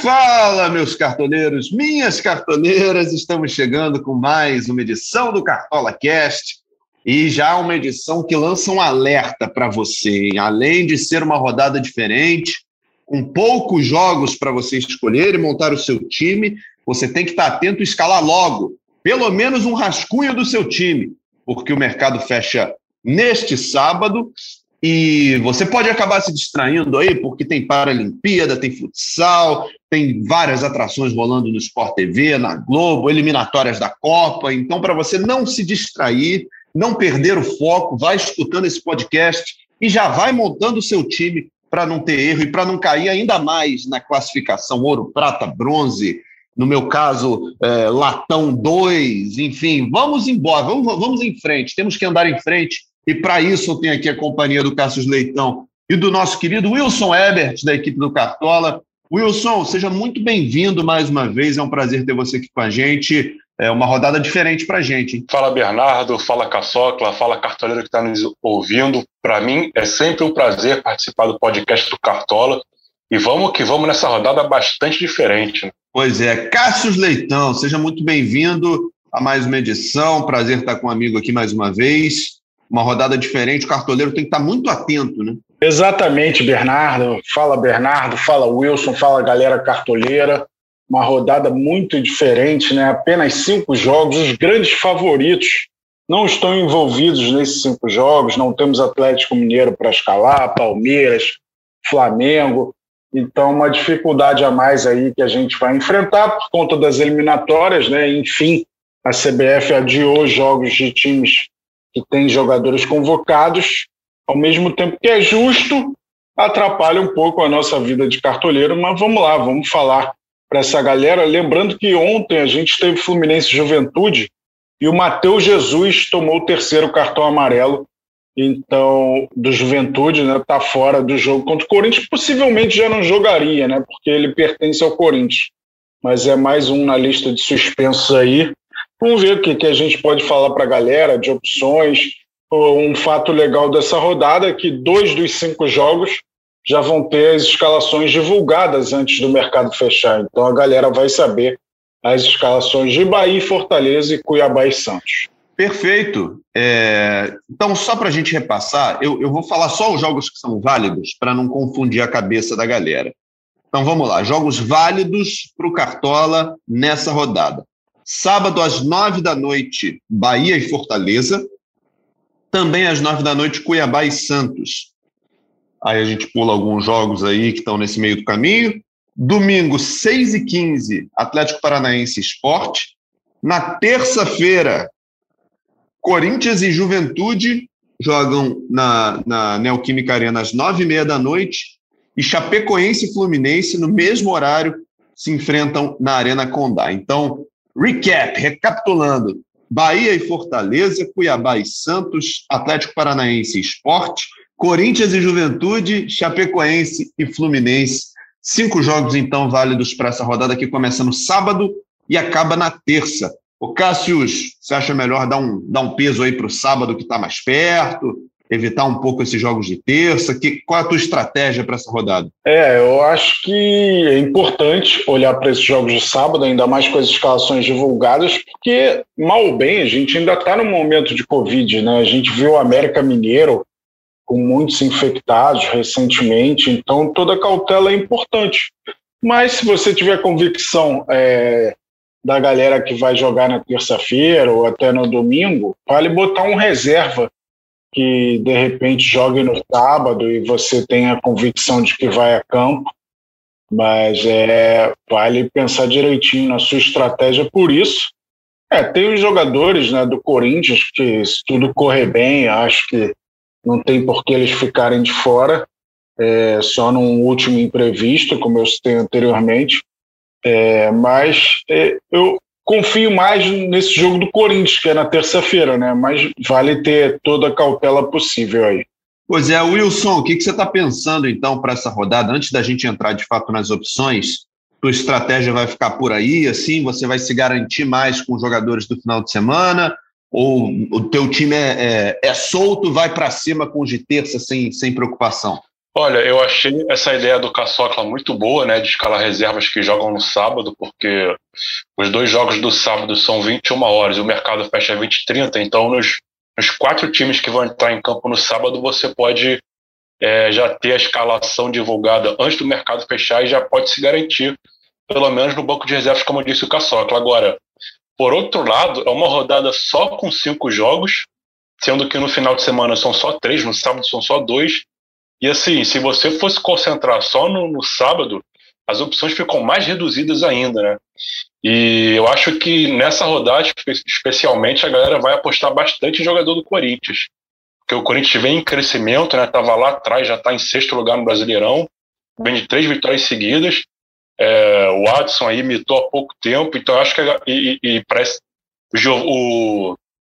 Fala, meus cartoleiros, minhas cartoleiras, estamos chegando com mais uma edição do Cartola Cast e já uma edição que lança um alerta para você, hein? Além de ser uma rodada diferente, com poucos jogos para você escolher e montar o seu time, você tem que estar atento e escalar logo, pelo menos um rascunho do seu time, porque o mercado fecha neste sábado. E você pode acabar se distraindo aí, porque tem Paralimpíada, tem futsal, tem várias atrações rolando no Sport TV, na Globo, eliminatórias da Copa. Então, para você não se distrair, não perder o foco, vai escutando esse podcast e já vai montando o seu time para não ter erro e para não cair ainda mais na classificação ouro, prata, bronze, no meu caso, latão 2, enfim. Vamos embora, vamos em frente, temos que andar em frente. E para isso eu tenho aqui a companhia do Cássio Leitão e do nosso querido Wilson Ebert, da equipe do Cartola. Wilson, seja muito bem-vindo mais uma vez, é um prazer ter você aqui com a gente. É uma rodada diferente para a gente, hein? Fala, Bernardo, fala, Caçocla, fala, cartoleiro que está nos ouvindo. Para mim é sempre um prazer participar do podcast do Cartola. E vamos que vamos nessa rodada bastante diferente, né? Pois é, Cássio Leitão, seja muito bem-vindo a mais uma edição. Prazer estar com um amigo aqui mais uma vez. Uma rodada diferente, o cartoleiro tem que estar muito atento, né? Exatamente, Bernardo, fala Wilson, fala galera cartoleira. Uma rodada muito diferente, né? Apenas 5 jogos, os grandes favoritos não estão envolvidos nesses 5 jogos, não temos Atlético Mineiro para escalar, Palmeiras, Flamengo, então uma dificuldade a mais aí que a gente vai enfrentar por conta das eliminatórias, né? Enfim, a CBF adiou os jogos de times que tem jogadores convocados, ao mesmo tempo que é justo, atrapalha um pouco a nossa vida de cartoleiro, mas vamos lá, vamos falar para essa galera. Lembrando que ontem a gente teve Fluminense Juventude e o Matheus Jesus tomou o 3º cartão amarelo, então, do Juventude, né, tá fora do jogo contra o Corinthians, possivelmente já não jogaria, né, porque ele pertence ao Corinthians, mas é mais um na lista de suspensos aí. Vamos ver o que a gente pode falar para a galera de opções. Um fato legal dessa rodada é que 2 dos 5 jogos já vão ter as escalações divulgadas antes do mercado fechar. Então a galera vai saber as escalações de Bahia, Fortaleza e Cuiabá e Santos. Perfeito. Então, só para a gente repassar, eu vou falar só os jogos que são válidos para não confundir a cabeça da galera. Então vamos lá, jogos válidos para o Cartola nessa rodada. Sábado, às 9 da noite, Bahia e Fortaleza. Também às 9 da noite, Cuiabá e Santos. Aí a gente pula alguns jogos aí que estão nesse meio do caminho. Domingo, 6h15, Atlético Paranaense e Sport. Na terça-feira, Corinthians e Juventude jogam na Neoquímica Arena às 9h30 da noite. E Chapecoense e Fluminense, no mesmo horário, se enfrentam na Arena Condá. Então, recapitulando, Bahia e Fortaleza, Cuiabá e Santos, Atlético Paranaense e Sport, Corinthians e Juventude, Chapecoense e Fluminense. 5 jogos, então, válidos para essa rodada que começa no sábado e acaba na terça. Ô, Cássius, você acha melhor dar um peso aí para o sábado que está mais perto, evitar um pouco esses jogos de terça? Qual é a tua estratégia para essa rodada? Eu acho que é importante olhar para esses jogos de sábado, ainda mais com as escalações divulgadas, porque, mal ou bem, a gente ainda está num momento de Covid, né? A gente viu o América Mineiro com muitos infectados recentemente, então toda cautela é importante. Mas se você tiver convicção da galera que vai jogar na terça-feira ou até no domingo, vale botar um reserva que de repente jogue no sábado e você tenha a convicção de que vai a campo, mas vale pensar direitinho na sua estratégia por isso. Tem os jogadores, né, do Corinthians que, se tudo correr bem, acho que não tem por que eles ficarem de fora, só num último imprevisto, como eu citei anteriormente, mas eu confio mais nesse jogo do Corinthians, que é na terça-feira, né? Mas vale ter toda a cautela possível aí. Pois é, Wilson, o que você está pensando, então, para essa rodada? Antes da gente entrar, de fato, nas opções, tua estratégia vai ficar por aí, assim, você vai se garantir mais com os jogadores do final de semana, ou o teu time é solto, vai para cima com os de terça sem preocupação? Olha, eu achei essa ideia do Caçocla muito boa, né, de escalar reservas que jogam no sábado, porque os 2 jogos do sábado são 21 horas e o mercado fecha 20h30, então nos 4 times que vão entrar em campo no sábado, você pode já ter a escalação divulgada antes do mercado fechar e já pode se garantir, pelo menos no banco de reservas, como disse o Caçocla. Agora, por outro lado, é uma rodada só com 5 jogos, sendo que no final de semana são só 3, no sábado são só 2. E assim, se você fosse concentrar só no sábado, as opções ficam mais reduzidas ainda, né? E eu acho que nessa rodada, especialmente, a galera vai apostar bastante em jogador do Corinthians. Porque o Corinthians vem em crescimento, né? Estava lá atrás, já está em 6º lugar no Brasileirão, vem de 3 vitórias seguidas. O Adson aí imitou há pouco tempo, então eu acho que parece o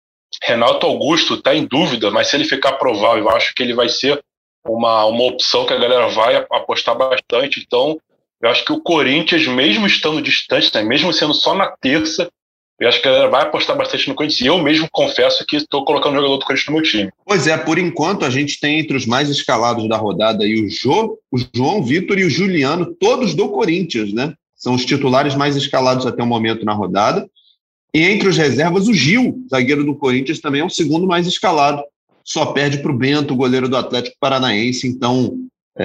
Renato Augusto está em dúvida, mas se ele ficar provável, eu acho que ele vai ser uma opção que a galera vai apostar bastante. Então, eu acho que o Corinthians, mesmo estando distante, né, mesmo sendo só na terça, eu acho que a galera vai apostar bastante no Corinthians. E eu mesmo confesso que estou colocando o jogador do Corinthians no meu time. Pois é, por enquanto a gente tem entre os mais escalados da rodada aí o João Vitor e o Juliano, todos do Corinthians, né? São os titulares mais escalados até o momento na rodada. E entre os reservas, o Gil, zagueiro do Corinthians, também é o segundo mais escalado. Só perde para o Bento, goleiro do Atlético Paranaense. Então,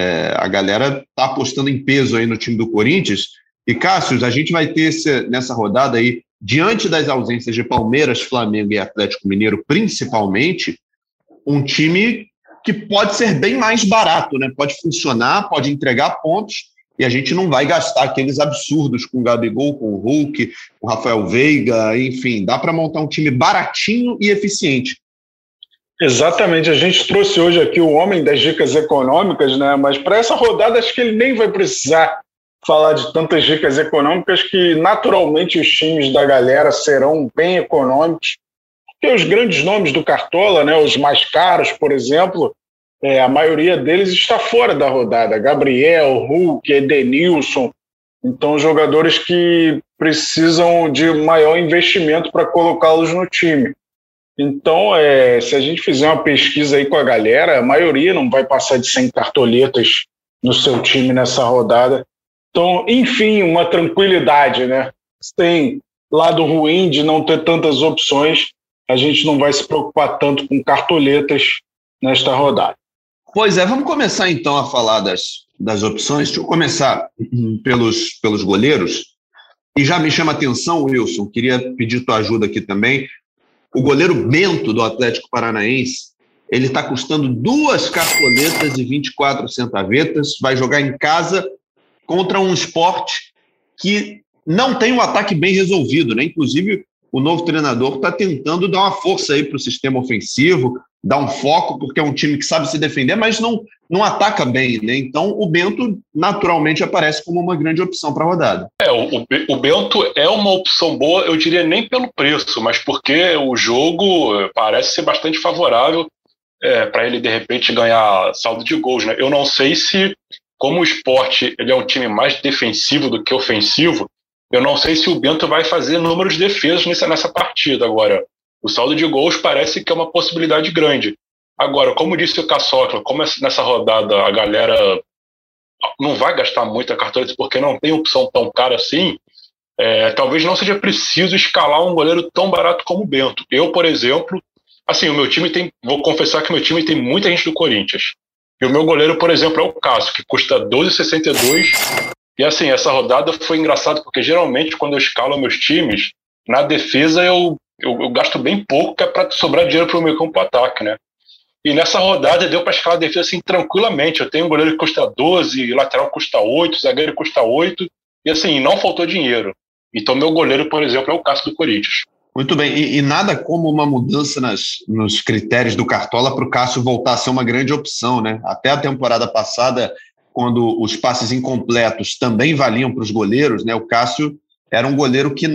a galera está apostando em peso aí no time do Corinthians. E, Cássio, a gente vai ter nessa rodada aí, diante das ausências de Palmeiras, Flamengo e Atlético Mineiro, principalmente, um time que pode ser bem mais barato, né? Pode funcionar, pode entregar pontos, e a gente não vai gastar aqueles absurdos com o Gabigol, com o Hulk, com o Rafael Veiga, enfim, dá para montar um time baratinho e eficiente. Exatamente, a gente trouxe hoje aqui o homem das dicas econômicas, né? Mas para essa rodada acho que ele nem vai precisar falar de tantas dicas econômicas, que naturalmente os times da galera serão bem econômicos, porque os grandes nomes do Cartola, né, os mais caros, por exemplo, a maioria deles está fora da rodada. Gabriel, Hulk, Edenilson, então jogadores que precisam de maior investimento para colocá-los no time. Então, se a gente fizer uma pesquisa aí com a galera, a maioria não vai passar de 100 cartoletas no seu time nessa rodada. Então, enfim, uma tranquilidade, né? Se tem lado ruim de não ter tantas opções, a gente não vai se preocupar tanto com cartoletas nesta rodada. Pois é, vamos começar então a falar das opções. Deixa eu começar pelos goleiros. E já me chama a atenção, Wilson, queria pedir tua ajuda aqui também. O goleiro Bento, do Atlético Paranaense, ele está custando 2 cartoletas e 24 centavetas, vai jogar em casa contra um Sport que não tem um ataque bem resolvido, né? Inclusive, o novo treinador está tentando dar uma força aí para o sistema ofensivo, dar um foco, porque é um time que sabe se defender, mas não ataca bem, né? Então, o Bento naturalmente aparece como uma grande opção para a rodada. O Bento é uma opção boa, eu diria nem pelo preço, mas porque o jogo parece ser bastante favorável para ele, de repente, ganhar saldo de gols, né? Eu não sei se, como o Sport ele é um time mais defensivo do que ofensivo, eu não sei se o Bento vai fazer números de defesas nessa partida. Agora, o saldo de gols parece que é uma possibilidade grande. Agora, como disse o Caçocla, como nessa rodada a galera não vai gastar muita cartoleta porque não tem opção tão cara assim, talvez não seja preciso escalar um goleiro tão barato como o Bento. Eu, por exemplo, assim, o meu time vou confessar que meu time tem muita gente do Corinthians. E o meu goleiro, por exemplo, é o Cássio, que custa 12,62. E assim, essa rodada foi engraçado porque geralmente quando eu escalo meus times, na defesa eu gasto bem pouco, que é para sobrar dinheiro para o meu campo ataque, né? E nessa rodada deu para escalar a defesa assim tranquilamente. Eu tenho um goleiro que custa 12, lateral custa 8, zagueiro custa 8, e assim, não faltou dinheiro. Então meu goleiro, por exemplo, é o Cássio do Corinthians. Muito bem, e nada como uma mudança nos critérios do Cartola para o Cássio voltar a ser uma grande opção, né? Até a temporada passada, quando os passes incompletos também valiam para os goleiros, né? O Cássio era um goleiro que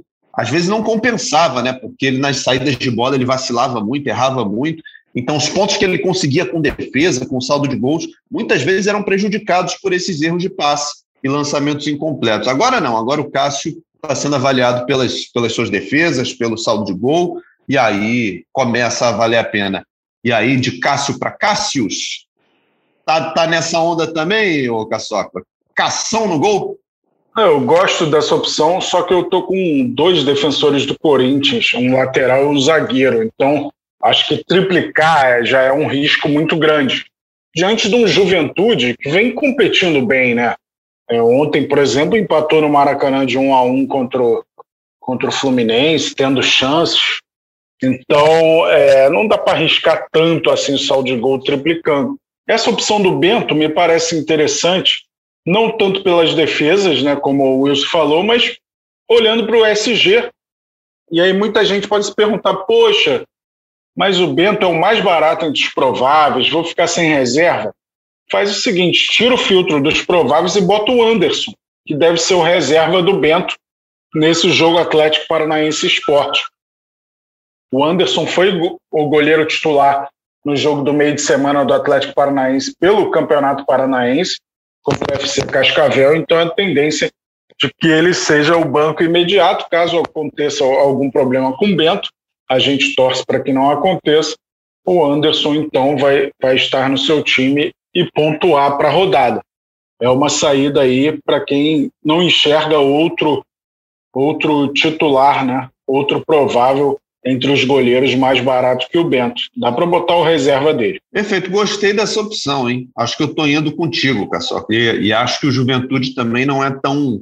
às vezes não compensava, né? Porque ele nas saídas de bola ele vacilava muito, errava muito. Então os pontos que ele conseguia com defesa, com saldo de gols, muitas vezes eram prejudicados por esses erros de passe e lançamentos incompletos. Agora não, agora o Cássio está sendo avaliado pelas suas defesas, pelo saldo de gol, e aí começa a valer a pena. E aí, de Cássio para Cássius, Tá nessa onda também, ô Caçocla? Cação no gol? Eu gosto dessa opção, só que eu tô com 2 defensores do Corinthians, um lateral e um zagueiro. Então, acho que triplicar já é um risco muito grande. Diante de um Juventude que vem competindo bem, né? Ontem, por exemplo, empatou no Maracanã de 1-1 contra o Fluminense, tendo chances. Então, não dá para arriscar tanto assim o saldo de gol triplicando. Essa opção do Bento me parece interessante, não tanto pelas defesas, né, como o Wilson falou, mas olhando para o SG. E aí muita gente pode se perguntar, poxa, mas o Bento é o mais barato entre os prováveis, vou ficar sem reserva? Faz o seguinte, tira o filtro dos prováveis e bota o Anderson, que deve ser o reserva do Bento nesse jogo Atlético Paranaense Sport. O Anderson foi o goleiro titular no jogo do meio de semana do Atlético Paranaense pelo Campeonato Paranaense, contra o FC Cascavel, então é a tendência de que ele seja o banco imediato, caso aconteça algum problema com o Bento, a gente torce para que não aconteça, o Anderson então vai estar no seu time e pontuar para a rodada. É uma saída aí para quem não enxerga outro titular, né? Outro provável entre os goleiros mais baratos que o Bento. Dá para botar o reserva dele. Perfeito, gostei dessa opção, hein? Acho que eu estou indo contigo, Caçoca. E acho que o Juventude também não é tão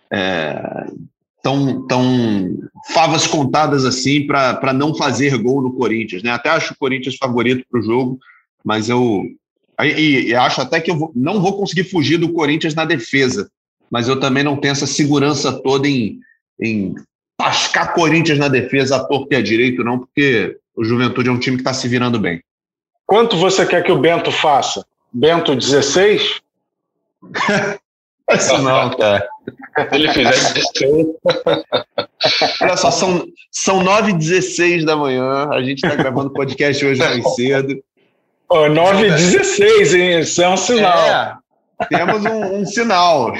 favas contadas assim para não fazer gol no Corinthians, né? Até acho o Corinthians favorito para o jogo, mas eu acho até que não vou conseguir fugir do Corinthians na defesa, mas eu também não tenho essa segurança toda em tascar Corinthians na defesa à torta e à direito, não, porque o Juventude é um time que está se virando bem. Quanto você quer que o Bento faça? Bento 16? Isso não, cara. Se ele fizer 16. Olha só, são 9h16 da manhã, a gente está gravando o podcast hoje mais cedo. 9h16, hein? Isso é um sinal. Temos um sinal.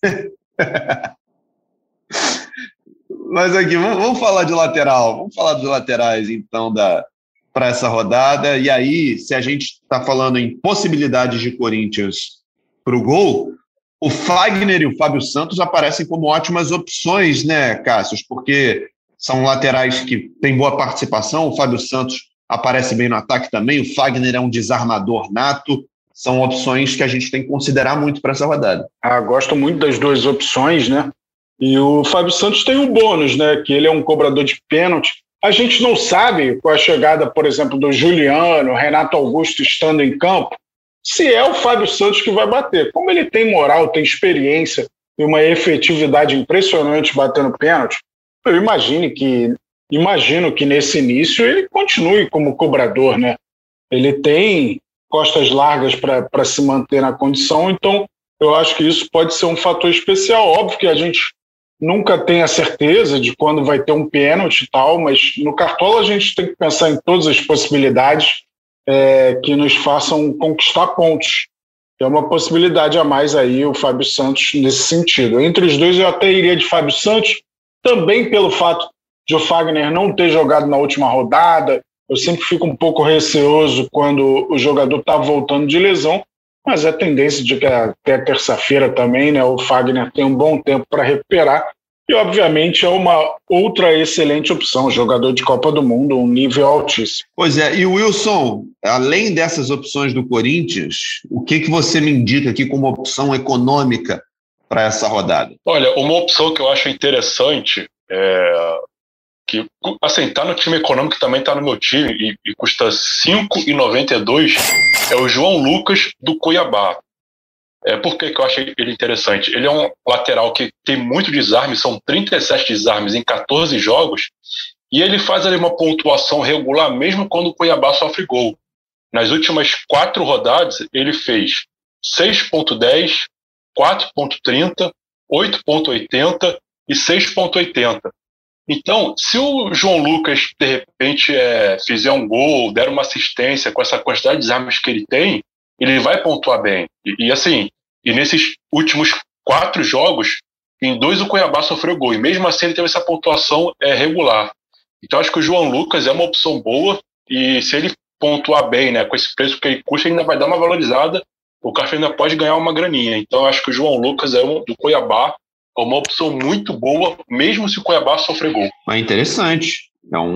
Mas aqui, vamos falar de lateral. Vamos falar dos laterais, então, para essa rodada. E aí, se a gente está falando em possibilidades de Corinthians para o gol, o Fagner e o Fábio Santos aparecem como ótimas opções, né, Cássio? Porque são laterais que têm boa participação. O Fábio Santos aparece bem no ataque também. O Fagner é um desarmador nato. São opções que a gente tem que considerar muito para essa rodada. Gosto muito das 2 opções, né? E o Fábio Santos tem um bônus, né? Que ele é um cobrador de pênalti. A gente não sabe, com a chegada, por exemplo, do Juliano, Renato Augusto estando em campo, se é o Fábio Santos que vai bater. Como ele tem moral, tem experiência e uma efetividade impressionante batendo pênalti, eu imagino que nesse início ele continue como cobrador, né? Ele tem costas largas para se manter na condição, então eu acho que isso pode ser um fator especial. Óbvio que a gente nunca tem a certeza de quando vai ter um pênalti e tal, mas no Cartola a gente tem que pensar em todas as possibilidades que nos façam conquistar pontos. É uma possibilidade a mais aí o Fábio Santos nesse sentido. Entre os dois eu até iria de Fábio Santos, também pelo fato de o Fagner não ter jogado na última rodada. Eu sempre fico um pouco receoso quando o jogador está voltando de lesão, mas é tendência de que até a terça-feira também, né, o Fagner tem um bom tempo para recuperar e, obviamente, é uma outra excelente opção, jogador de Copa do Mundo, um nível altíssimo. Pois é, e o Wilson, além dessas opções do Corinthians, o que você me indica aqui como opção econômica para essa rodada? Olha, uma opção que eu acho interessante que, assim, tá no time econômico, que também tá no meu time e custa R$ 5,92, é o João Lucas do Cuiabá. Por que eu achei ele interessante? Ele é um lateral que tem muito desarme, são 37 desarmes em 14 jogos, e ele faz ali uma pontuação regular mesmo quando o Cuiabá sofre gol. Nas últimas 4 rodadas, ele fez 6,10, 4,30, 8,80 e 6,80. Então, se o João Lucas, de repente, fizer um gol, der uma assistência com essa quantidade de desarmes que ele tem, ele vai pontuar bem. E nesses últimos 4 jogos, em 2 o Cuiabá sofreu gol, e mesmo assim ele teve essa pontuação regular. Então, acho que o João Lucas é uma opção boa, e se ele pontuar bem, né, com esse preço que ele custa, ele ainda vai dar uma valorizada, o Castro ainda pode ganhar uma graninha. Então, eu acho que o João Lucas do Cuiabá é uma opção muito boa, mesmo se o Cuiabá sofrer gol. É interessante.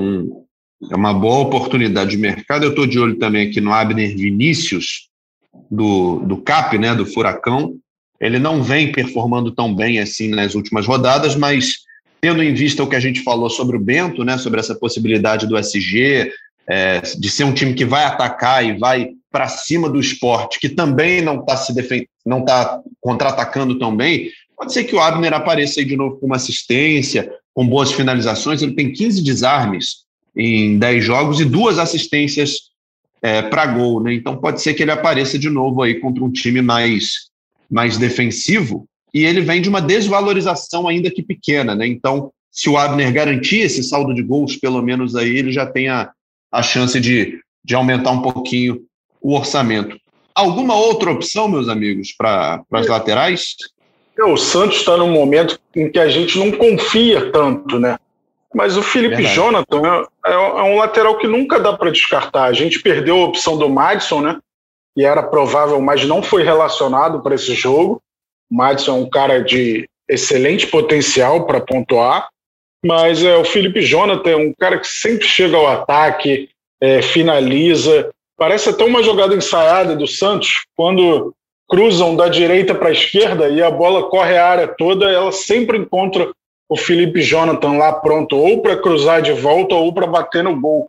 É uma boa oportunidade de mercado. Eu estou de olho também aqui no Abner Vinícius, do CAP, né, do Furacão. Ele não vem performando tão bem assim nas últimas rodadas, mas tendo em vista o que a gente falou sobre o Bento, né, sobre essa possibilidade do SG, de ser um time que vai atacar e vai para cima do Sport, que também não está contra-atacando tão bem, pode ser que o Abner apareça aí de novo com uma assistência, com boas finalizações. Ele tem 15 desarmes em 10 jogos e 2 assistências para gol, né? Então pode ser que ele apareça de novo aí contra um time mais defensivo, e ele vem de uma desvalorização ainda que pequena, né? Então, se o Abner garantir esse saldo de gols, pelo menos aí, ele já tem a chance de aumentar um pouquinho o orçamento. Alguma outra opção, meus amigos, para as laterais? O Santos está num momento em que a gente não confia tanto, né? Mas o Felipe Jonathan é um lateral que nunca dá para descartar. A gente perdeu a opção do Madison, né? Que era provável, mas não foi relacionado para esse jogo. O Madison é um cara de excelente potencial para pontuar, mas o Felipe Jonathan é um cara que sempre chega ao ataque, finaliza. Parece até uma jogada ensaiada do Santos, quando cruzam da direita para a esquerda e a bola corre a área toda, ela sempre encontra o Felipe Jonathan lá pronto, ou para cruzar de volta ou para bater no gol.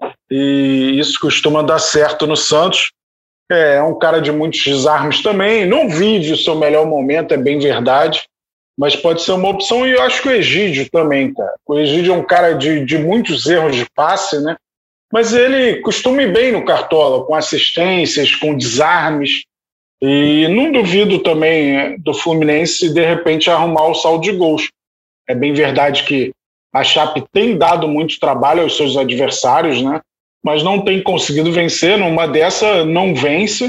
E isso costuma dar certo no Santos. É um cara de muitos desarmes também, não vive o seu melhor momento, é bem verdade, mas pode ser uma opção. E eu acho que o Egídio também, cara. O Egídio é um cara de muitos erros de passe, né? Mas ele costuma ir bem no Cartola, com assistências, com desarmes. E não duvido também do Fluminense, de repente, arrumar o saldo de gols. É bem verdade que a Chape tem dado muito trabalho aos seus adversários, né? Mas não tem conseguido vencer. Numa dessa, não vence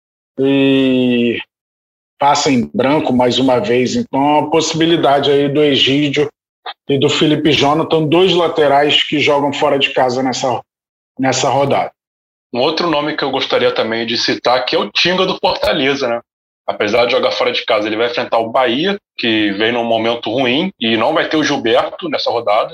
e passa em branco mais uma vez. Então, a possibilidade aí do Egídio e do Felipe Jonathan, 2 laterais que jogam fora de casa nessa rodada. Um outro nome que eu gostaria também de citar, que é o Tinga do Fortaleza, né? Apesar de jogar fora de casa, ele vai enfrentar o Bahia, que vem num momento ruim, e não vai ter o Gilberto nessa rodada.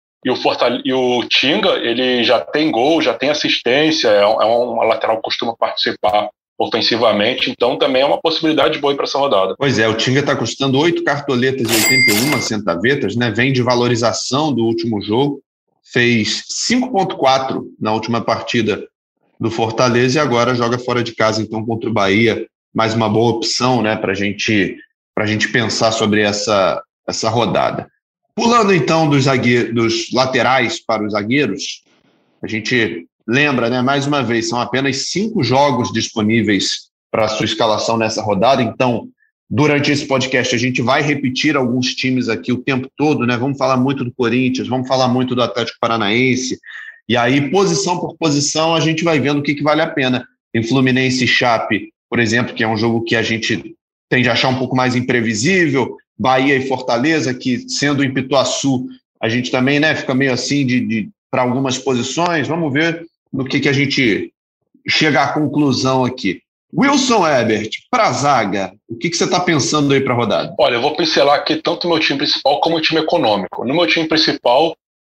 E o Tinga, ele já tem gol, já tem assistência, é um lateral que costuma participar ofensivamente, então também é uma possibilidade boa para essa rodada. Pois é, o Tinga está custando 8 cartoletas e 81 centavetas, né? Vem de valorização do último jogo, fez 5,4 na última partida do Fortaleza e agora joga fora de casa, então, contra o Bahia. Mais uma boa opção, né, para a gente pensar sobre essa rodada. Pulando, então, dos laterais para os zagueiros, a gente lembra, né, mais uma vez, são apenas 5 jogos disponíveis para a sua escalação nessa rodada, então, durante esse podcast, a gente vai repetir alguns times aqui o tempo todo, né? Vamos falar muito do Corinthians, vamos falar muito do Atlético Paranaense, e aí, posição por posição, a gente vai vendo o que vale a pena. Em Fluminense e Chape, por exemplo, que é um jogo que a gente tende a achar um pouco mais imprevisível, Bahia e Fortaleza, que sendo em Pituaçu, a gente também, né, fica meio assim para algumas posições. Vamos ver no que a gente chega à conclusão aqui. Wilson Ebert, para a zaga, o que você está pensando aí para a rodada? Olha, eu vou pincelar aqui tanto o meu time principal como o time econômico. No meu time principal,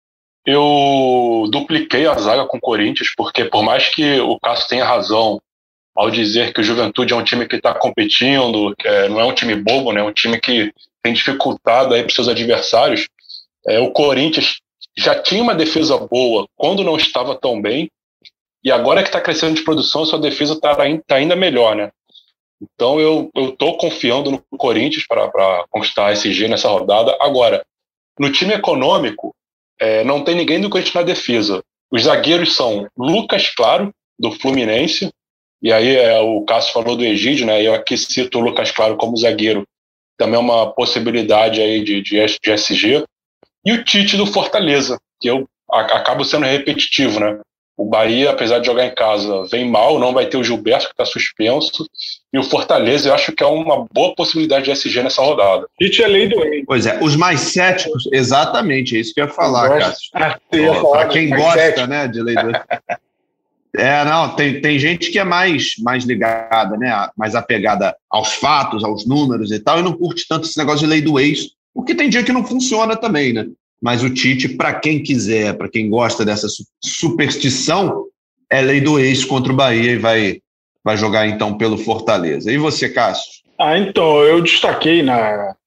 eu dupliquei a zaga com o Corinthians, porque por mais que o Cássio tenha razão ao dizer que o Juventude é um time que está competindo, não é um time bobo, né? É um time que tem dificultado aí para os seus adversários. O Corinthians já tinha uma defesa boa quando não estava tão bem, e agora que está crescendo de produção, sua defesa está ainda melhor, né? Então eu estou confiando no Corinthians para conquistar esse G nessa rodada. Agora, no time econômico, não tem ninguém do Corinthians na defesa. Os zagueiros são Lucas Claro, do Fluminense, e aí o Cássio falou do Egídio, né? Eu aqui cito o Lucas Claro como zagueiro, também é uma possibilidade aí de SG. E o Tite do Fortaleza, que eu acabo sendo repetitivo, né? O Bahia, apesar de jogar em casa, vem mal, não vai ter o Gilberto, que está suspenso. E o Fortaleza, eu acho que é uma boa possibilidade de SG nessa rodada. Tite é lei do ex. Pois é, os mais céticos, exatamente, é isso que eu ia falar, Cássio. Para Quem gosta, né, de lei do ex. Não, tem gente que é mais ligada, né? Mais apegada aos fatos, aos números e tal, e não curte tanto esse negócio de lei do ex, porque tem dia que não funciona também, né? Mas o Tite, para quem quiser, para quem gosta dessa superstição, é lei do ex contra o Bahia e vai jogar então pelo Fortaleza. E você, Cássio? Então, eu destaquei na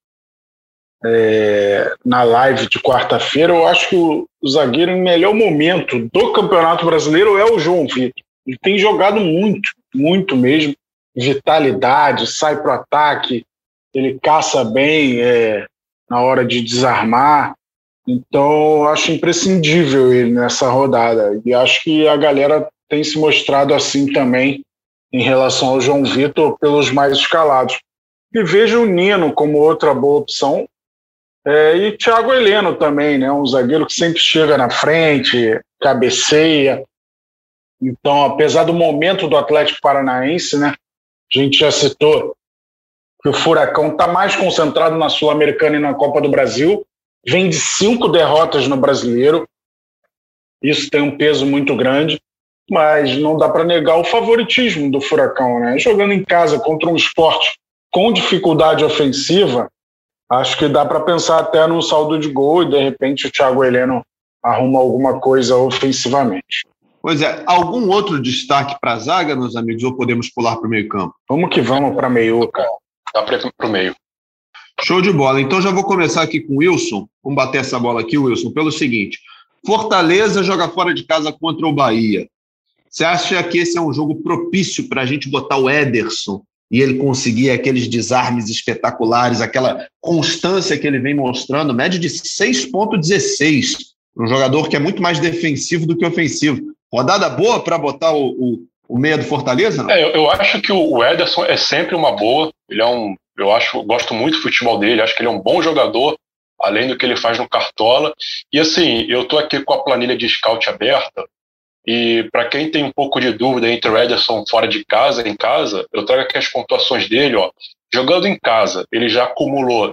live de quarta-feira, eu acho que o zagueiro em melhor momento do Campeonato Brasileiro é o João Vitor. Ele tem jogado muito, muito mesmo. Vitalidade, sai para o ataque, ele caça bem na hora de desarmar. Então, eu acho imprescindível ele nessa rodada. E acho que a galera tem se mostrado assim também em relação ao João Vitor pelos mais escalados. E vejo o Nino como outra boa opção. E Thiago Heleno também, né? Um zagueiro que sempre chega na frente, cabeceia. Então, apesar do momento do Atlético Paranaense, né? A gente já citou que o Furacão está mais concentrado na Sul-Americana e na Copa do Brasil. Vem de 5 derrotas no Brasileiro. Isso tem um peso muito grande, mas não dá para negar o favoritismo do Furacão, né? Jogando em casa contra um Sport com dificuldade ofensiva, acho que dá para pensar até no saldo de gol e, de repente, o Thiago Heleno arruma alguma coisa ofensivamente. Pois é. Algum outro destaque para a zaga, meus amigos, ou podemos pular para o meio-campo? Vamos que vamos para meio, cara. Dá para ir para o meio. Show de bola. Então já vou começar aqui com o Wilson. Vamos bater essa bola aqui, Wilson, pelo seguinte. Fortaleza joga fora de casa contra o Bahia. Você acha que esse é um jogo propício para a gente botar o Ederson e ele conseguir aqueles desarmes espetaculares, aquela constância que ele vem mostrando, média de 6,16, um jogador que é muito mais defensivo do que ofensivo. Rodada boa para botar o meia do Fortaleza? Não? Eu acho que o Ederson é sempre uma boa. Ele é eu gosto muito do futebol dele, acho que ele é um bom jogador, além do que ele faz no Cartola. E assim, eu estou aqui com a planilha de scout aberta, e para quem tem um pouco de dúvida entre o Ederson fora de casa e em casa, eu trago aqui as pontuações dele. Jogando em casa, ele já acumulou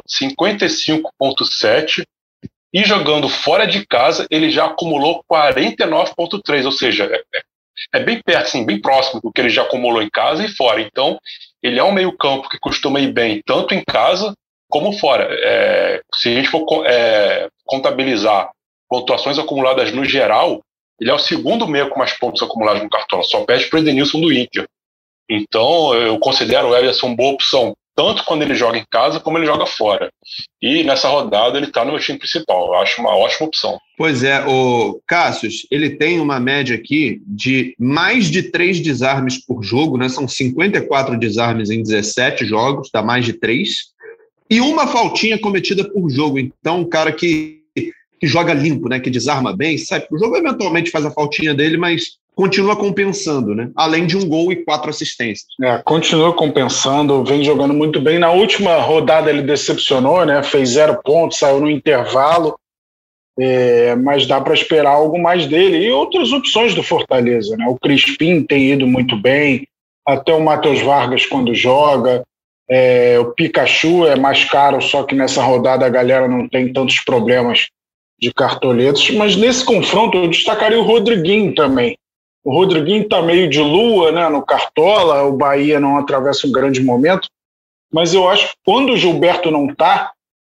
55,7, e jogando fora de casa, ele já acumulou 49,3, ou seja, é bem perto, assim, bem próximo do que ele já acumulou em casa e fora. Então, ele é um meio-campo que costuma ir bem tanto em casa como fora. Se a gente for contabilizar pontuações acumuladas no geral, ele é o segundo meio com mais pontos acumulados no Cartola, só perde para o Edenilson do Inter. Então, eu considero o Ederson uma boa opção, tanto quando ele joga em casa como ele joga fora. E nessa rodada ele está no meu time principal. Eu acho uma ótima opção. Pois é, o Cássius, ele tem uma média aqui de mais de 3 desarmes por jogo, né? São 54 desarmes em 17 jogos, dá mais de 3. E uma faltinha cometida por jogo. Então, um cara que joga limpo, né? Que desarma bem, sai pro jogo, eventualmente faz a faltinha dele, mas continua compensando, né? Além de um gol e 4 assistências. Continua compensando, vem jogando muito bem. Na última rodada ele decepcionou, né? Fez 0 pontos, saiu no intervalo, mas dá para esperar algo mais dele. E outras opções do Fortaleza, né? O Crispim tem ido muito bem, até o Matheus Vargas quando joga. O Pikachu é mais caro, só que nessa rodada a galera não tem tantos problemas de cartoletas. Mas nesse confronto eu destacaria o Rodriguinho também. O Rodriguinho está meio de lua, né, no Cartola, o Bahia não atravessa um grande momento, mas eu acho que quando o Gilberto não está,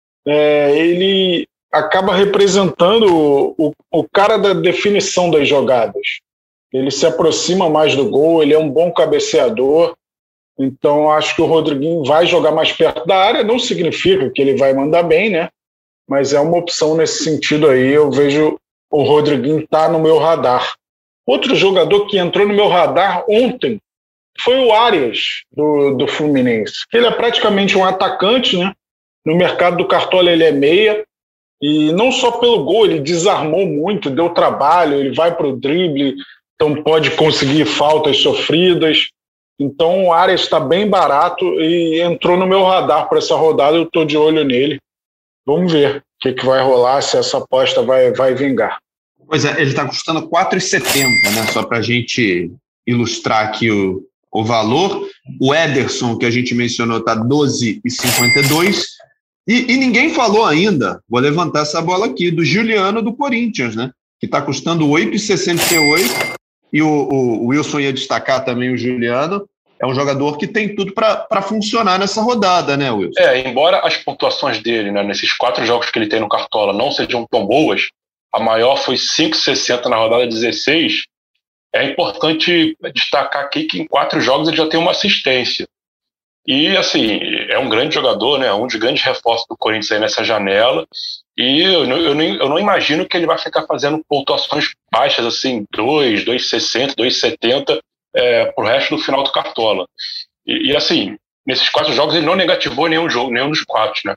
ele acaba representando o cara da definição das jogadas. Ele se aproxima mais do gol, ele é um bom cabeceador, então acho que o Rodriguinho vai jogar mais perto da área, não significa que ele vai mandar bem, né? Mas é uma opção nesse sentido aí, eu vejo o Rodriguinho tá no meu radar. Outro jogador que entrou no meu radar ontem foi o Arias, do Fluminense. Ele é praticamente um atacante, né? No mercado do Cartola ele é meia, e não só pelo gol, ele desarmou muito, deu trabalho, ele vai para o drible, então pode conseguir faltas sofridas. Então o Arias está bem barato e entrou no meu radar para essa rodada, eu estou de olho nele. Vamos ver o que vai rolar, se essa aposta vai vingar. Pois é, ele está custando 4,70, né? Só para a gente ilustrar aqui o valor. O Ederson, que a gente mencionou, está 12,52. E ninguém falou ainda, vou levantar essa bola aqui, do Juliano do Corinthians, né? Que está custando 8,68 e o Wilson ia destacar também o Juliano, é um jogador que tem tudo para funcionar nessa rodada, né, Wilson? Embora as pontuações dele, né, nesses 4 jogos que ele tem no Cartola não sejam tão boas, a maior foi 5,60 na rodada 16, é importante destacar aqui que em 4 jogos ele já tem uma assistência. E, assim, é um grande jogador, né, um dos grandes reforços do Corinthians aí nessa janela, e eu não imagino que ele vai ficar fazendo pontuações baixas, assim, 2,60, 2,70, pro resto do final do Cartola. E assim, nesses 4 jogos ele não negativou nenhum jogo, nenhum dos 4, né?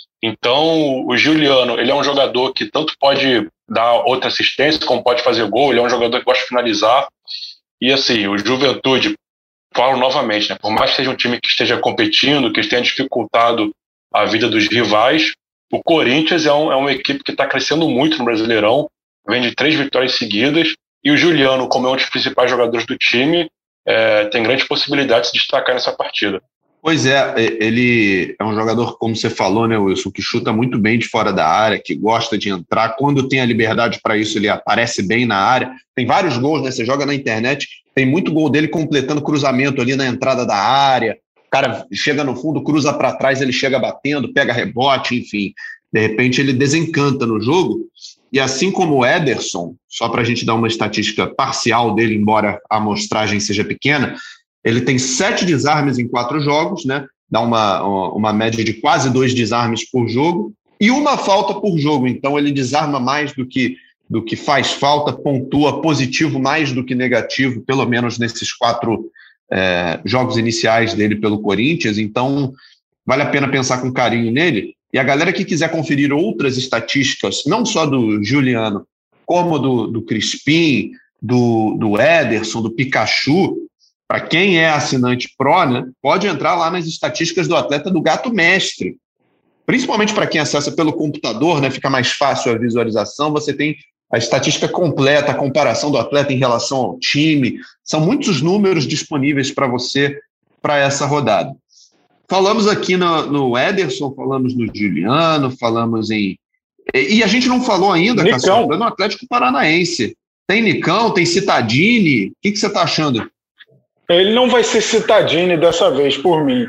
Então, o Juliano, ele é um jogador que tanto pode dar outra assistência, como pode fazer gol, ele é um jogador que gosta de finalizar. E assim, o Juventude, falo novamente, né? Por mais que seja um time que esteja competindo, que tenha dificultado a vida dos rivais, o Corinthians é uma equipe que está crescendo muito no Brasileirão, vem de 3 vitórias seguidas, e o Juliano, como é um dos principais jogadores do time, tem grande possibilidade de se destacar nessa partida. Pois é, ele é um jogador, como você falou, né, Wilson, que chuta muito bem de fora da área, que gosta de entrar. Quando tem a liberdade para isso, ele aparece bem na área. Tem vários gols, né? Você joga na internet, tem muito gol dele completando cruzamento ali na entrada da área. O cara chega no fundo, cruza para trás, ele chega batendo, pega rebote, enfim. De repente ele desencanta no jogo. E assim como o Ederson, só para a gente dar uma estatística parcial dele, embora a amostragem seja pequena, ele tem 7 desarmes em 4 jogos, né? Dá uma média de quase 2 desarmes por jogo e uma falta por jogo. Então ele desarma mais do que faz falta, pontua positivo mais do que negativo, pelo menos nesses 4 jogos iniciais dele pelo Corinthians. Então vale a pena pensar com carinho nele. E a galera que quiser conferir outras estatísticas, não só do Juliano, como do Crispim, do Ederson, do Pikachu, para quem é assinante Pro, né, pode entrar lá nas estatísticas do atleta do Gato Mestre. Principalmente para quem acessa pelo computador, né, fica mais fácil a visualização, você tem a estatística completa, a comparação do atleta em relação ao time. São muitos números disponíveis para você para essa rodada. Falamos aqui no Ederson, falamos no Juliano, falamos em... E a gente não falou ainda, Cassio, no Atlético Paranaense. Tem Nicão, tem Cittadini. O que você está achando? Ele não vai ser Cittadini dessa vez, por mim.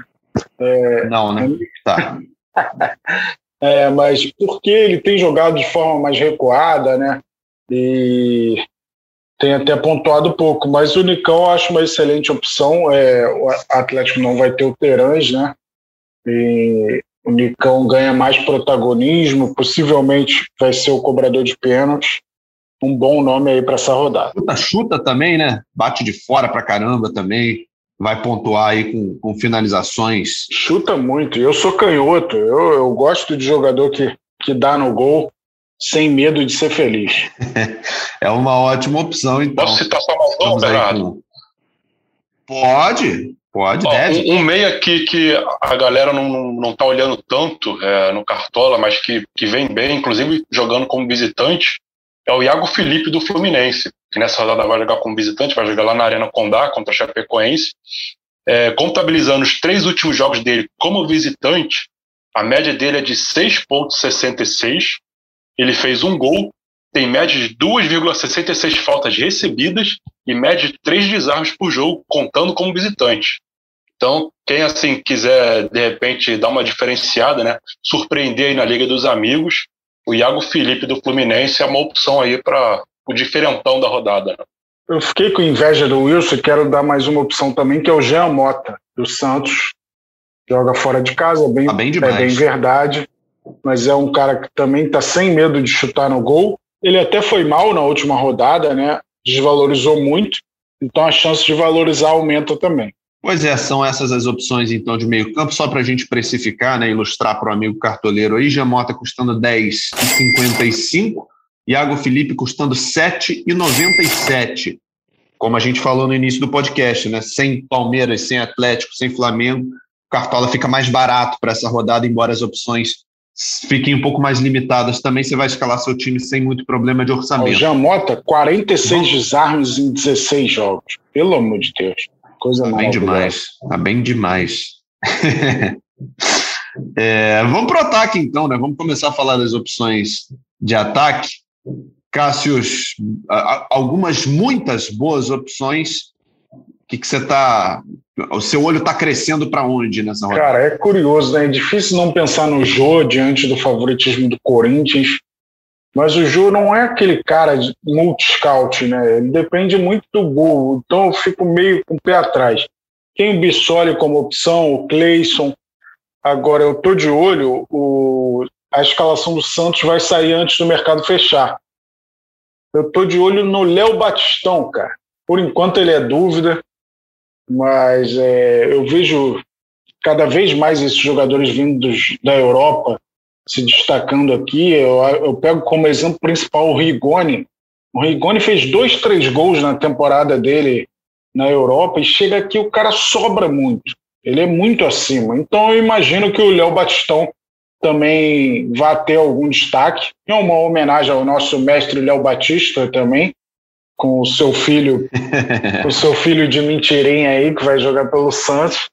Não, né? Tá. Mas porque ele tem jogado de forma mais recuada, né? E tem até pontuado pouco. Mas o Nicão eu acho uma excelente opção. O Atlético não vai ter o Terãs, né? E o Nicão ganha mais protagonismo. Possivelmente vai ser o cobrador de pênaltis. Um bom nome aí para essa rodada. Chuta também, né? Bate de fora pra caramba também. Vai pontuar aí com finalizações. Chuta muito. Eu sou canhoto. Eu gosto de jogador que dá no gol sem medo de ser feliz. É uma ótima opção, então. Posso citar só mais um, Bernardo? Pode, deve. Um meia aqui que a galera não tá olhando tanto no Cartola, mas que vem bem, inclusive jogando como visitante, é o Iago Felipe do Fluminense, que nessa rodada vai jogar como visitante, vai jogar lá na Arena Condá contra a Chapecoense. Contabilizando os 3 últimos jogos dele como visitante, a média dele é de 6,66. Ele fez 1 gol, tem média de 2,66 faltas recebidas e média de 3 desarmes por jogo, contando como visitante. Então, quem assim quiser, de repente, dar uma diferenciada, né, surpreender aí na Liga dos Amigos, o Iago Felipe do Fluminense é uma opção aí para o diferentão da rodada. Né? Eu fiquei com inveja do Wilson e quero dar mais uma opção também, que é o Jean Mota, do Santos. Joga fora de casa, é bem verdade, mas é um cara que também está sem medo de chutar no gol. Ele até foi mal na última rodada, né? Desvalorizou muito, então a chance de valorizar aumenta também. Pois são essas as opções, então, de meio campo, só para a gente precificar, né, ilustrar para o amigo cartoleiro aí, Jean Mota custando 10,55, Iago Felipe custando 7,97. Como a gente falou no início do podcast, né, sem Palmeiras, sem Atlético, sem Flamengo, o Cartola fica mais barato para essa rodada, embora as opções fiquem um pouco mais limitadas. Também você vai escalar seu time sem muito problema de orçamento. O Jean Mota, 46 desarmes em 16 jogos. Pelo amor de Deus. Coisa tá bem demais. Tá bem demais. Vamos para o ataque, então, né? Vamos começar a falar das opções de ataque. Cássius, muitas boas opções. O que você está... O seu olho está crescendo para onde nessa rodada? Cara, é curioso, né? É difícil não pensar no Jô diante do favoritismo do Corinthians, mas o Jô não é aquele cara de multi-scout, né? Ele depende muito do gol, então eu fico meio com o pé atrás. Tem o Bissoli como opção, o Cleison. Agora, eu estou de olho, a escalação do Santos vai sair antes do mercado fechar. Eu estou de olho no Léo Batistão, cara. Por enquanto ele é dúvida, mas eu vejo cada vez mais esses jogadores vindos da Europa se destacando aqui. Eu pego como exemplo principal o Rigoni. O Rigoni fez 2, 3 gols na temporada dele na Europa e chega aqui o cara sobra muito. Ele é muito acima. Então eu imagino que o Léo Batistão também vai ter algum destaque. É uma homenagem ao nosso mestre Léo Batista também, com o seu filho, de mentirinha aí, que vai jogar pelo Santos.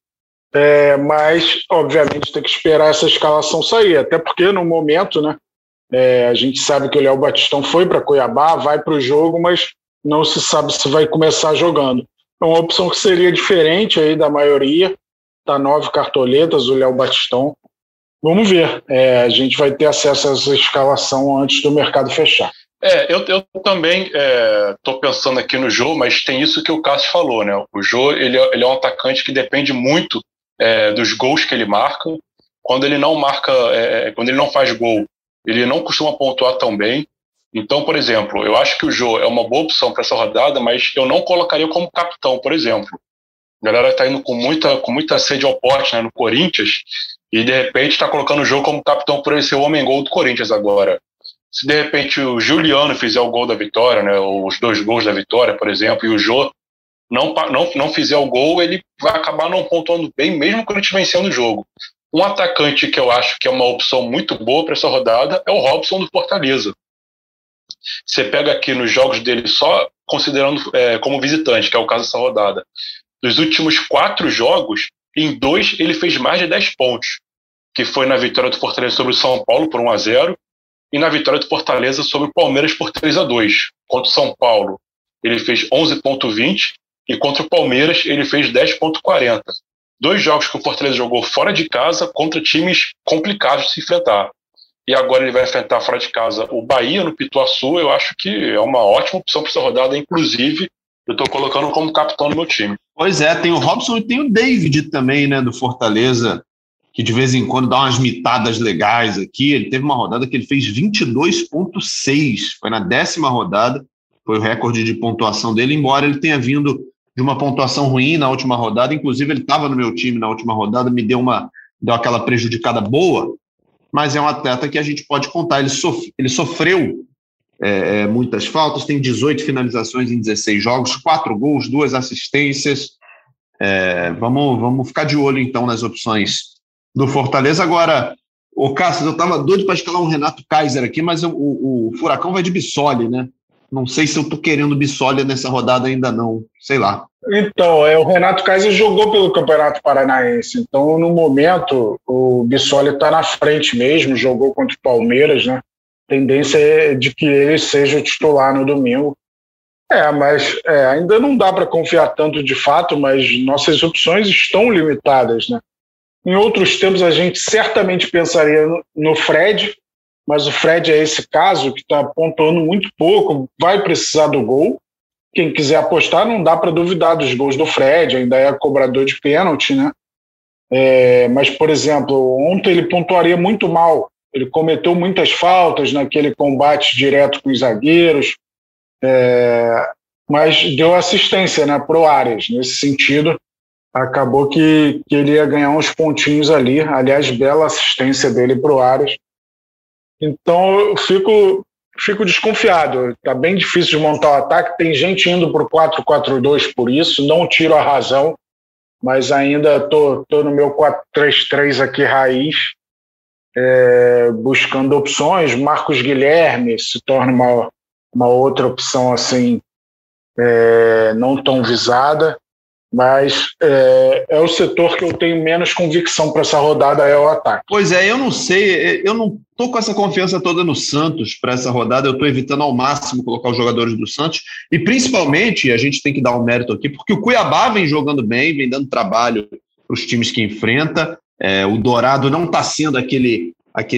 Mas, obviamente, tem que esperar essa escalação sair, até porque no momento, né, a gente sabe que o Léo Batistão foi para Cuiabá, vai para o jogo, mas não se sabe se vai começar jogando. É uma opção que seria diferente aí da maioria, tá 9 cartoletas, o Léo Batistão. Vamos ver, a gente vai ter acesso a essa escalação antes do mercado fechar. Eu também estou pensando aqui no Jô, mas tem isso que o Cássio falou, né? O Jô ele é um atacante que depende muito dos gols que ele marca. Quando ele não marca, quando ele não faz gol, ele não costuma pontuar tão bem. Então, por exemplo, eu acho que o Jô é uma boa opção para essa rodada, mas eu não colocaria como capitão, por exemplo. A galera está indo com muita sede ao pote, né, no Corinthians, e de repente está colocando o Jô como capitão por ele ser o homem-gol do Corinthians agora. Se de repente o Juliano fizer o gol da vitória, né, ou os 2 gols da vitória, por exemplo, e o Jô não fizer o gol, ele vai acabar não pontuando bem, mesmo quando ele estiver vencendo o jogo. Um atacante que eu acho que é uma opção muito boa para essa rodada é o Robson do Fortaleza. Você pega aqui nos jogos dele só considerando como visitante, que é o caso dessa rodada. Dos últimos 4 jogos, em 2 ele fez mais de 10 pontos, que foi na vitória do Fortaleza sobre o São Paulo por 1-0 e na vitória do Fortaleza sobre o Palmeiras por 3-2. Contra o São Paulo, ele fez 11,20 e contra o Palmeiras ele fez 10,40. 2 jogos que o Fortaleza jogou fora de casa contra times complicados de se enfrentar. E agora ele vai enfrentar fora de casa o Bahia no Pituaçu. Eu acho que é uma ótima opção para essa rodada, inclusive eu estou colocando como capitão no meu time. Pois é, tem o Robson e tem o David também, né, do Fortaleza, que de vez em quando dá umas mitadas legais aqui. Ele teve uma rodada que ele fez 22,6, foi na 10ª rodada, foi o recorde de pontuação dele, embora ele tenha vindo de uma pontuação ruim na última rodada. Inclusive ele estava no meu time na última rodada, me deu aquela prejudicada boa, mas é um atleta que a gente pode contar. Ele sofreu muitas faltas, tem 18 finalizações em 16 jogos, 4 gols, 2 assistências. Vamos ficar de olho então nas opções do Fortaleza. Agora, o Cássio, eu estava doido para escalar um Renato Kaiser aqui, mas o Furacão vai de Bissoli, né? Não sei se eu estou querendo Bissoli nessa rodada ainda não, sei lá. Então, o Renato Kaiser jogou pelo Campeonato Paranaense, então no momento o Bissoli está na frente mesmo, jogou contra o Palmeiras, né? A tendência é de que ele seja o titular no domingo. Mas ainda não dá para confiar tanto de fato, mas nossas opções estão limitadas, né? Em outros tempos a gente certamente pensaria no Fred, mas o Fred é esse caso que está pontuando muito pouco, vai precisar do gol. Quem quiser apostar, não dá para duvidar dos gols do Fred, ainda é cobrador de pênalti, né? Mas, por exemplo, ontem ele pontuaria muito mal. Ele cometeu muitas faltas naquele combate direto com os zagueiros, mas deu assistência, né, para o Arias. Nesse sentido, acabou que ele ia ganhar uns pontinhos ali. Aliás, bela assistência dele para o Arias. Então, eu fico desconfiado. Está bem difícil de montar o ataque. Tem gente indo para o 4-4-2 por isso. Não tiro a razão, mas ainda estou no meu 4-3-3 aqui, raiz, buscando opções. Marcos Guilherme se torna uma outra opção assim, não tão visada. mas é o setor que eu tenho menos convicção para essa rodada, é o ataque. Pois é, eu não sei, eu não estou com essa confiança toda no Santos para essa rodada, eu estou evitando ao máximo colocar os jogadores do Santos, e principalmente, a gente tem que dar um mérito aqui, porque o Cuiabá vem jogando bem, vem dando trabalho para os times que enfrenta, o Dourado não está sendo aquele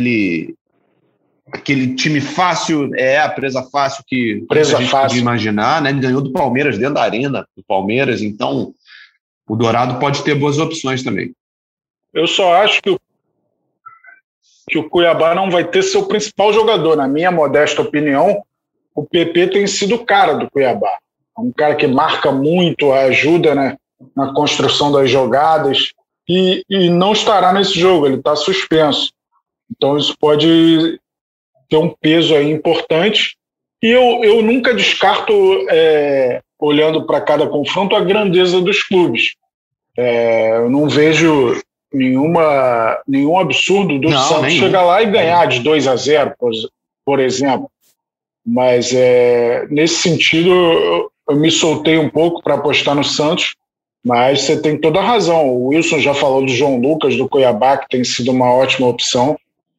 time fácil, a presa fácil que a gente podia imaginar, né? Ele ganhou do Palmeiras dentro da arena do Palmeiras, então o Dourado pode ter boas opções também. Eu só acho que o Cuiabá não vai ter seu principal jogador. Na minha modesta opinião, o PP tem sido o cara do Cuiabá. É um cara que marca muito, ajuda, né, na construção das jogadas e não estará nesse jogo, ele está suspenso. Então isso pode ter um peso aí importante. E eu nunca descarto, olhando para cada confronto, a grandeza dos clubes. Eu não vejo nenhum absurdo do Santos chegar lá e ganhar de 2-0, por exemplo. Mas nesse sentido eu me soltei um pouco para apostar no Santos, mas você tem toda a razão. O Wilson já falou do João Lucas, do Cuiabá, que tem sido uma ótima opção.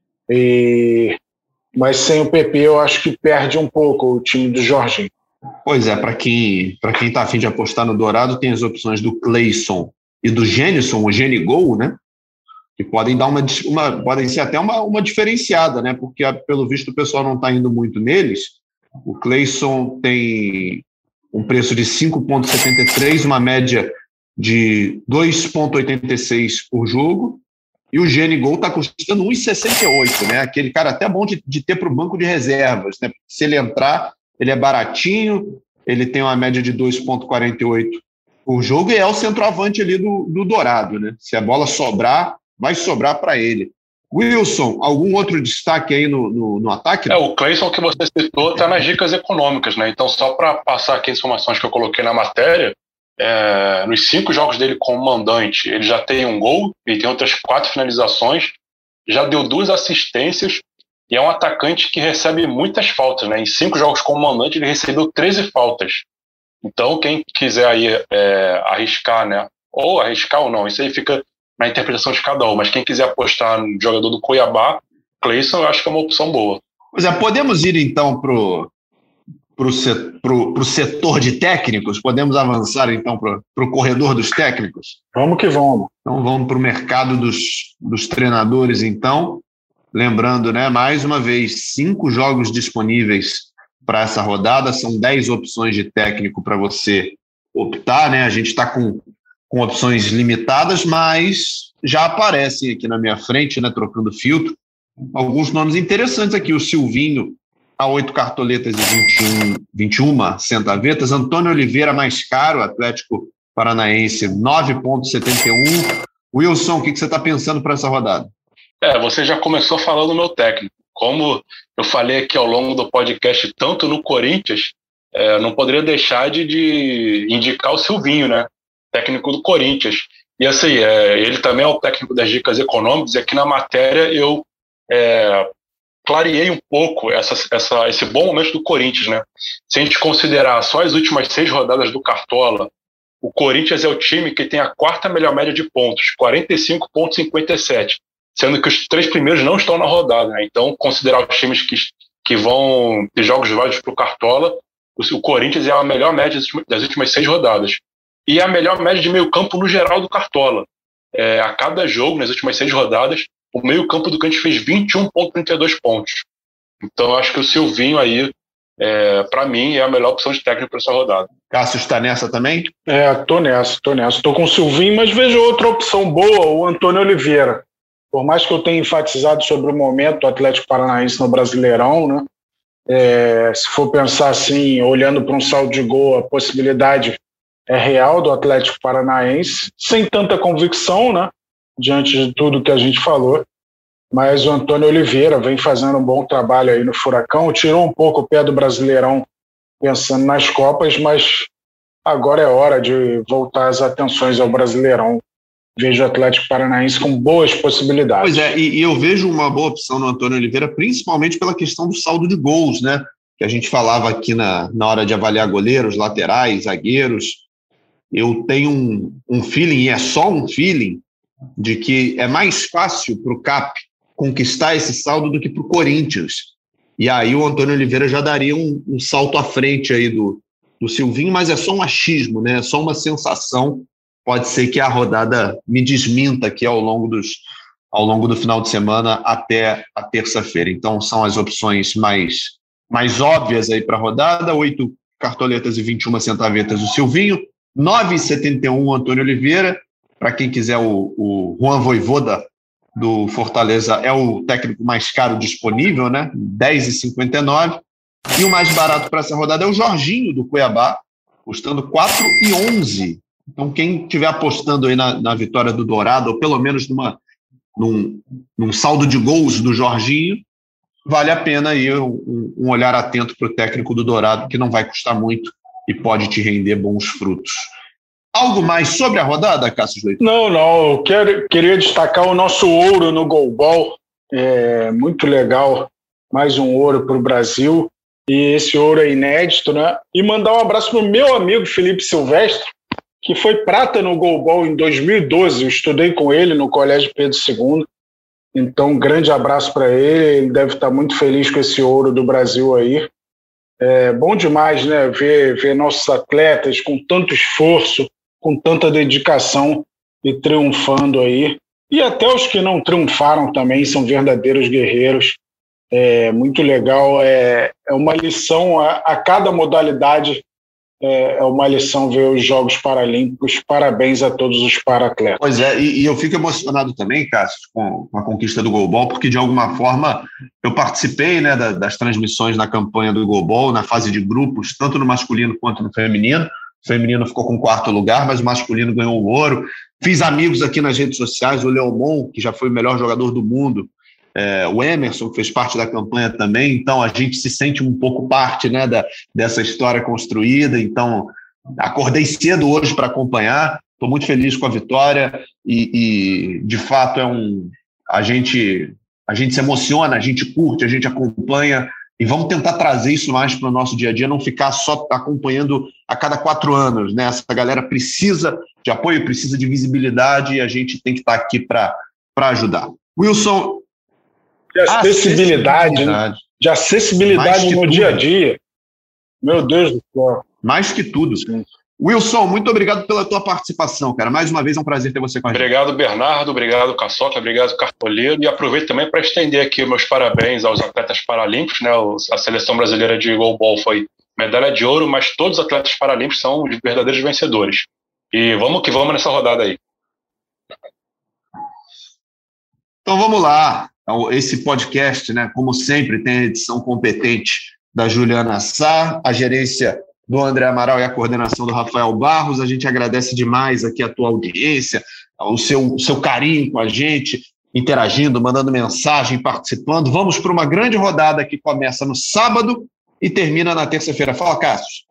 Mas sem o PP eu acho que perde um pouco o time do Jorginho. Pois é, para quem está a fim de apostar no Dourado, tem as opções do Cleison e do Gênison, o Genigol, né? Que podem dar podem ser até uma diferenciada, né? Porque, pelo visto, o pessoal não está indo muito neles. O Cleison tem um preço de 5,73, uma média de 2,86 por jogo. E o Genigol está custando 1,68, né? Aquele cara até bom de ter para o banco de reservas, né? Se ele entrar, ele é baratinho, ele tem uma média de 2,48 por jogo e é o centroavante ali do Dourado, né? Se a bola sobrar, vai sobrar para ele. Wilson, algum outro destaque aí no ataque? O Cleison que você citou está nas dicas econômicas, né? Então, só para passar aqui as informações que eu coloquei na matéria, nos 5 jogos dele como mandante, ele já tem um gol, ele tem outras 4 finalizações, já deu 2 assistências e é um atacante que recebe muitas faltas, né? Em 5 jogos como mandante, ele recebeu 13 faltas. Então, quem quiser aí arriscar, né? Ou arriscar ou não, isso aí fica na interpretação de cada um, mas quem quiser apostar no jogador do Cuiabá, Cleison, eu acho que é uma opção boa. Pois podemos ir então pro setor de técnicos? Podemos avançar então pro corredor dos técnicos? Vamos que vamos. Então vamos para o mercado dos treinadores então. Lembrando, né, mais uma vez, 5 jogos disponíveis para essa rodada, são 10 opções de técnico para você optar, né? A gente está com opções limitadas, mas já aparecem aqui na minha frente, né, trocando filtro, alguns nomes interessantes aqui. O Silvinho, a 8 cartoletas e 21 centavetas. Antônio Oliveira, mais caro, Atlético Paranaense, 9,71. Wilson, o que você está pensando para essa rodada? Você já começou falando do meu técnico. Como eu falei aqui ao longo do podcast, tanto no Corinthians, não poderia deixar de indicar o Silvinho, né? Técnico do Corinthians. E assim, ele também é o técnico das dicas econômicas, e aqui na matéria eu clareei um pouco esse bom momento do Corinthians, né? Se a gente considerar só as últimas 6 rodadas do Cartola, o Corinthians é o time que tem a 4ª melhor média de pontos, 45,57, sendo que os 3 primeiros não estão na rodada, né? Então, considerar os times que vão ter jogos válidos para o Cartola, o Corinthians é a melhor média das últimas 6 rodadas. E a melhor média de meio campo no geral do Cartola. A cada jogo, nas últimas 6 rodadas, o meio campo do Corinthians fez 21,32 pontos. Então, eu acho que o Silvinho aí, para mim, é a melhor opção de técnico para essa rodada. Cássio está nessa também? Tô nessa. Tô com o Silvinho, mas vejo outra opção boa, o Antônio Oliveira. Por mais que eu tenha enfatizado sobre o momento do Atlético Paranaense no Brasileirão, né? Se for pensar assim, olhando para um saldo de gol, a possibilidade real do Atlético Paranaense, sem tanta convicção, né, diante de tudo que a gente falou, mas o Antônio Oliveira vem fazendo um bom trabalho aí no Furacão, tirou um pouco o pé do Brasileirão pensando nas Copas, mas agora é hora de voltar as atenções ao Brasileirão. Vejo o Atlético Paranaense com boas possibilidades. Pois e eu vejo uma boa opção no Antônio Oliveira, principalmente pela questão do saldo de gols, né, que a gente falava aqui na hora de avaliar goleiros, laterais, zagueiros. eu tenho um feeling, e é só um feeling, de que é mais fácil para o CAP conquistar esse saldo do que para o Corinthians. E aí o Antônio Oliveira já daria um salto à frente aí do Silvinho, mas é só um achismo, né? É só uma sensação. Pode ser que a rodada me desminta aqui ao longo do final de semana até a terça-feira. Então são as opções mais óbvias aí para a rodada: 8 cartoletas e 21 centavetas o Silvinho, 9,71 o Antônio Oliveira. Para quem quiser, o Juan Voivoda do Fortaleza é o técnico mais caro disponível, né? 10,59. E o mais barato para essa rodada é o Jorginho do Cuiabá, custando 4,11. Então, quem estiver apostando aí na vitória do Dourado, ou pelo menos num saldo de gols do Jorginho, vale a pena aí um olhar atento para o técnico do Dourado, que não vai custar muito e pode te render bons frutos. Algo mais sobre a rodada, Cássio Leite? Não. Eu queria destacar o nosso ouro no Golbol. É muito legal. Mais um ouro para o Brasil. E esse ouro é inédito, né? E mandar um abraço para o meu amigo Felipe Silvestre, que foi prata no Golbol em 2012. Eu estudei com ele no Colégio Pedro II. Então, um grande abraço para ele. Ele deve estar muito feliz com esse ouro do Brasil aí. É bom demais, né? Ver nossos atletas com tanto esforço, com tanta dedicação e triunfando aí. E até os que não triunfaram também são verdadeiros guerreiros. É muito legal. É uma lição a cada modalidade. É uma lição ver os Jogos Paralímpicos. Parabéns a todos os para-atletas. Pois é, e eu fico emocionado também, Cássio, com a conquista do Golbol, porque de alguma forma eu participei, né, das transmissões na campanha do Golbol, na fase de grupos, tanto no masculino quanto no feminino. O feminino ficou com 4º lugar, mas o masculino ganhou o ouro. Fiz amigos aqui nas redes sociais, o Leomon, que já foi o melhor jogador do mundo, o Emerson, que fez parte da campanha também. Então a gente se sente um pouco parte, né, dessa história construída. Então acordei cedo hoje para acompanhar, estou muito feliz com a vitória e de fato a gente se emociona, a gente curte, a gente acompanha. E vamos tentar trazer isso mais para o nosso dia a dia, não ficar só acompanhando a cada 4 anos, né? Essa galera precisa de apoio, precisa de visibilidade e a gente tem que estar aqui para ajudar. Wilson... De acessibilidade no dia a dia. Meu Deus do céu. Mais que tudo. Sim. Wilson, muito obrigado pela tua participação, cara. Mais uma vez é um prazer ter você com a gente. Obrigado, Bernardo. Obrigado, Caçoca. Obrigado, Cartoleiro. E aproveito também para estender aqui meus parabéns aos atletas paralímpicos, né? A seleção brasileira de Golbol foi medalha de ouro, mas todos os atletas paralímpicos são verdadeiros vencedores. E vamos que vamos nessa rodada aí. Então vamos lá. Esse podcast, né, como sempre, tem a edição competente da Juliana Sá, a gerência do André Amaral e a coordenação do Rafael Barros. A gente agradece demais aqui a tua audiência, o seu carinho com a gente, interagindo, mandando mensagem, participando. Vamos para uma grande rodada que começa no sábado e termina na terça-feira. Fala, Cássio.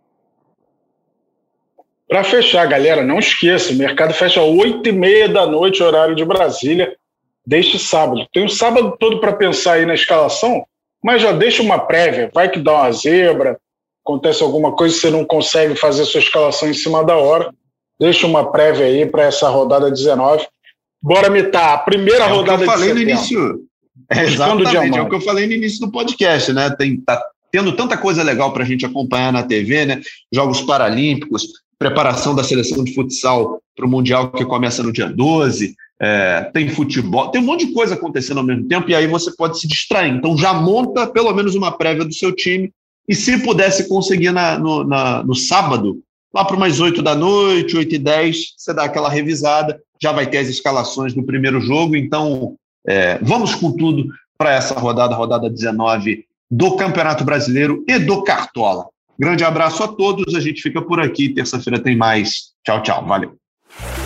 Para fechar, galera, não esqueça, o mercado fecha às 8h30 da noite, horário de Brasília, deste sábado. Tem o sábado todo para pensar aí na escalação, mas já deixa uma prévia. Vai que dá uma zebra, acontece alguma coisa, você não consegue fazer sua escalação em cima da hora, deixa uma prévia aí para essa rodada 19. Bora mitar, a primeira rodada de setembro. Exatamente, é o que eu falei no início do podcast, né? Tá tendo tanta coisa legal para a gente acompanhar na TV, né? Jogos Paralímpicos, preparação da seleção de futsal para o Mundial que começa no dia 12, tem futebol, tem um monte de coisa acontecendo ao mesmo tempo e aí você pode se distrair. Então já monta pelo menos uma prévia do seu time e se pudesse conseguir no sábado, lá para umas 8 da noite, 8h10, você dá aquela revisada, já vai ter as escalações do primeiro jogo. Então vamos com tudo para essa rodada 19 do Campeonato Brasileiro e do Cartola. Grande abraço a todos, a gente fica por aqui, terça-feira tem mais. Tchau, tchau, valeu.